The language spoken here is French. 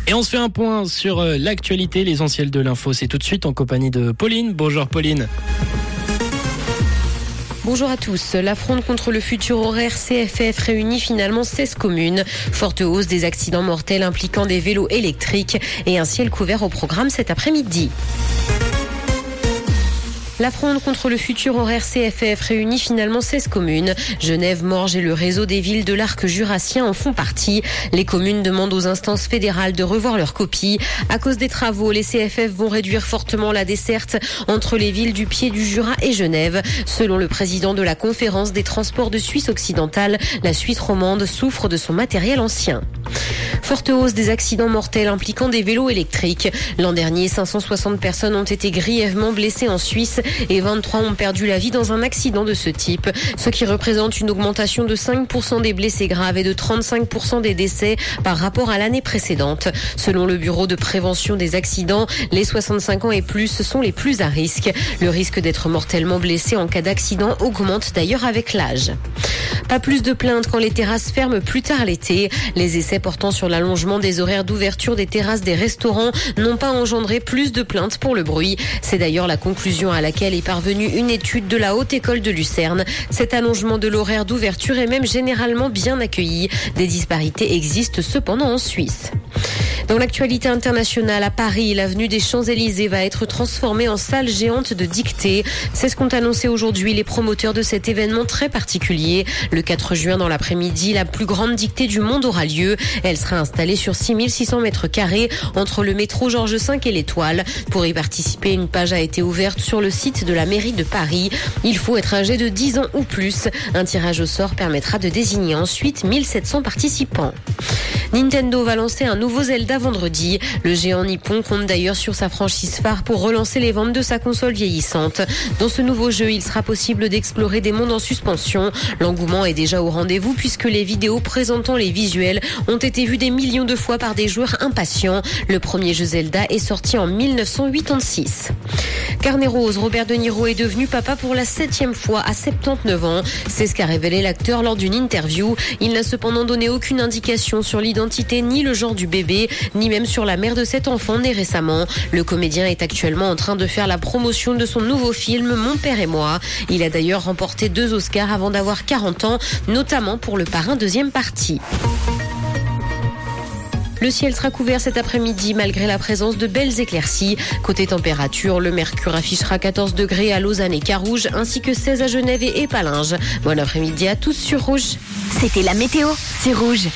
Et on se fait un point sur l'actualité, l'essentiel de l'info. C'est tout de suite en compagnie de Pauline. Bonjour Pauline. Bonjour à tous. La fronde contre le futur horaire CFF réunit finalement 16 communes. Forte hausse des accidents mortels impliquant des vélos électriques et un ciel couvert au programme cet après-midi. La fronde contre le futur horaire CFF réunit finalement 16 communes. Genève, Morges et le réseau des villes de l'arc jurassien en font partie. Les communes demandent aux instances fédérales de revoir leur copie. À cause des travaux, les CFF vont réduire fortement la desserte entre les villes du Pied du Jura et Genève. Selon le président de la conférence des transports de Suisse occidentale, la Suisse romande souffre de son matériel ancien. Forte hausse des accidents mortels impliquant des vélos électriques. L'an dernier, 560 personnes ont été grièvement blessées en Suisse et 23 ont perdu la vie dans un accident de ce type, ce qui représente une augmentation de 5% des blessés graves et de 35% des décès par rapport à l'année précédente. Selon le Bureau de prévention des accidents, les 65 ans et plus sont les plus à risque. Le risque d'être mortellement blessé en cas d'accident augmente d'ailleurs avec l'âge. Pas plus de plaintes quand les terrasses ferment plus tard l'été. Les essais portant sur l'allongement des horaires d'ouverture des terrasses des restaurants n'ont pas engendré plus de plaintes pour le bruit. C'est d'ailleurs la conclusion à laquelle est parvenue une étude de la Haute École de Lucerne. Cet allongement de l'horaire d'ouverture est même généralement bien accueilli. Des disparités existent cependant en Suisse. Dans l'actualité internationale, à Paris, l'avenue des Champs-Élysées va être transformée en salle géante de dictée. C'est ce qu'ont annoncé aujourd'hui les promoteurs de cet événement très particulier. Le 4 juin dans l'après-midi, la plus grande dictée du monde aura lieu. Elle sera installée sur 6600 mètres carrés entre le métro Georges V et l'Étoile. Pour y participer, une page a été ouverte sur le site de la mairie de Paris. Il faut être âgé de 10 ans ou plus. Un tirage au sort permettra de désigner ensuite 1700 participants. Nintendo va lancer un nouveau Zelda vendredi. Le géant nippon compte d'ailleurs sur sa franchise phare pour relancer les ventes de sa console vieillissante. Dans ce nouveau jeu, il sera possible d'explorer des mondes en suspension. L'engouement est déjà au rendez-vous puisque les vidéos présentant les visuels ont été vues des millions de fois par des joueurs impatients. Le premier jeu Zelda est sorti en 1986. Carnet rose, Robert De Niro est devenu papa pour la 7e fois à 79 ans. C'est ce qu'a révélé l'acteur lors d'une interview. Il n'a cependant donné aucune indication sur l'identité ni le genre du bébé, ni même sur la mère de cet enfant né récemment. Le comédien est actuellement en train de faire la promotion de son nouveau film Mon père et moi. Il a d'ailleurs remporté 2 Oscars avant d'avoir 40 ans, notamment pour Le Parrain deuxième partie. Le ciel sera couvert cet après-midi malgré la présence de belles éclaircies. Côté température, le mercure affichera 14 degrés à Lausanne et Carouge, ainsi que 16 à Genève et Épalinges. Bon après-midi à tous sur Rouge. C'était la météo, c'est Rouge.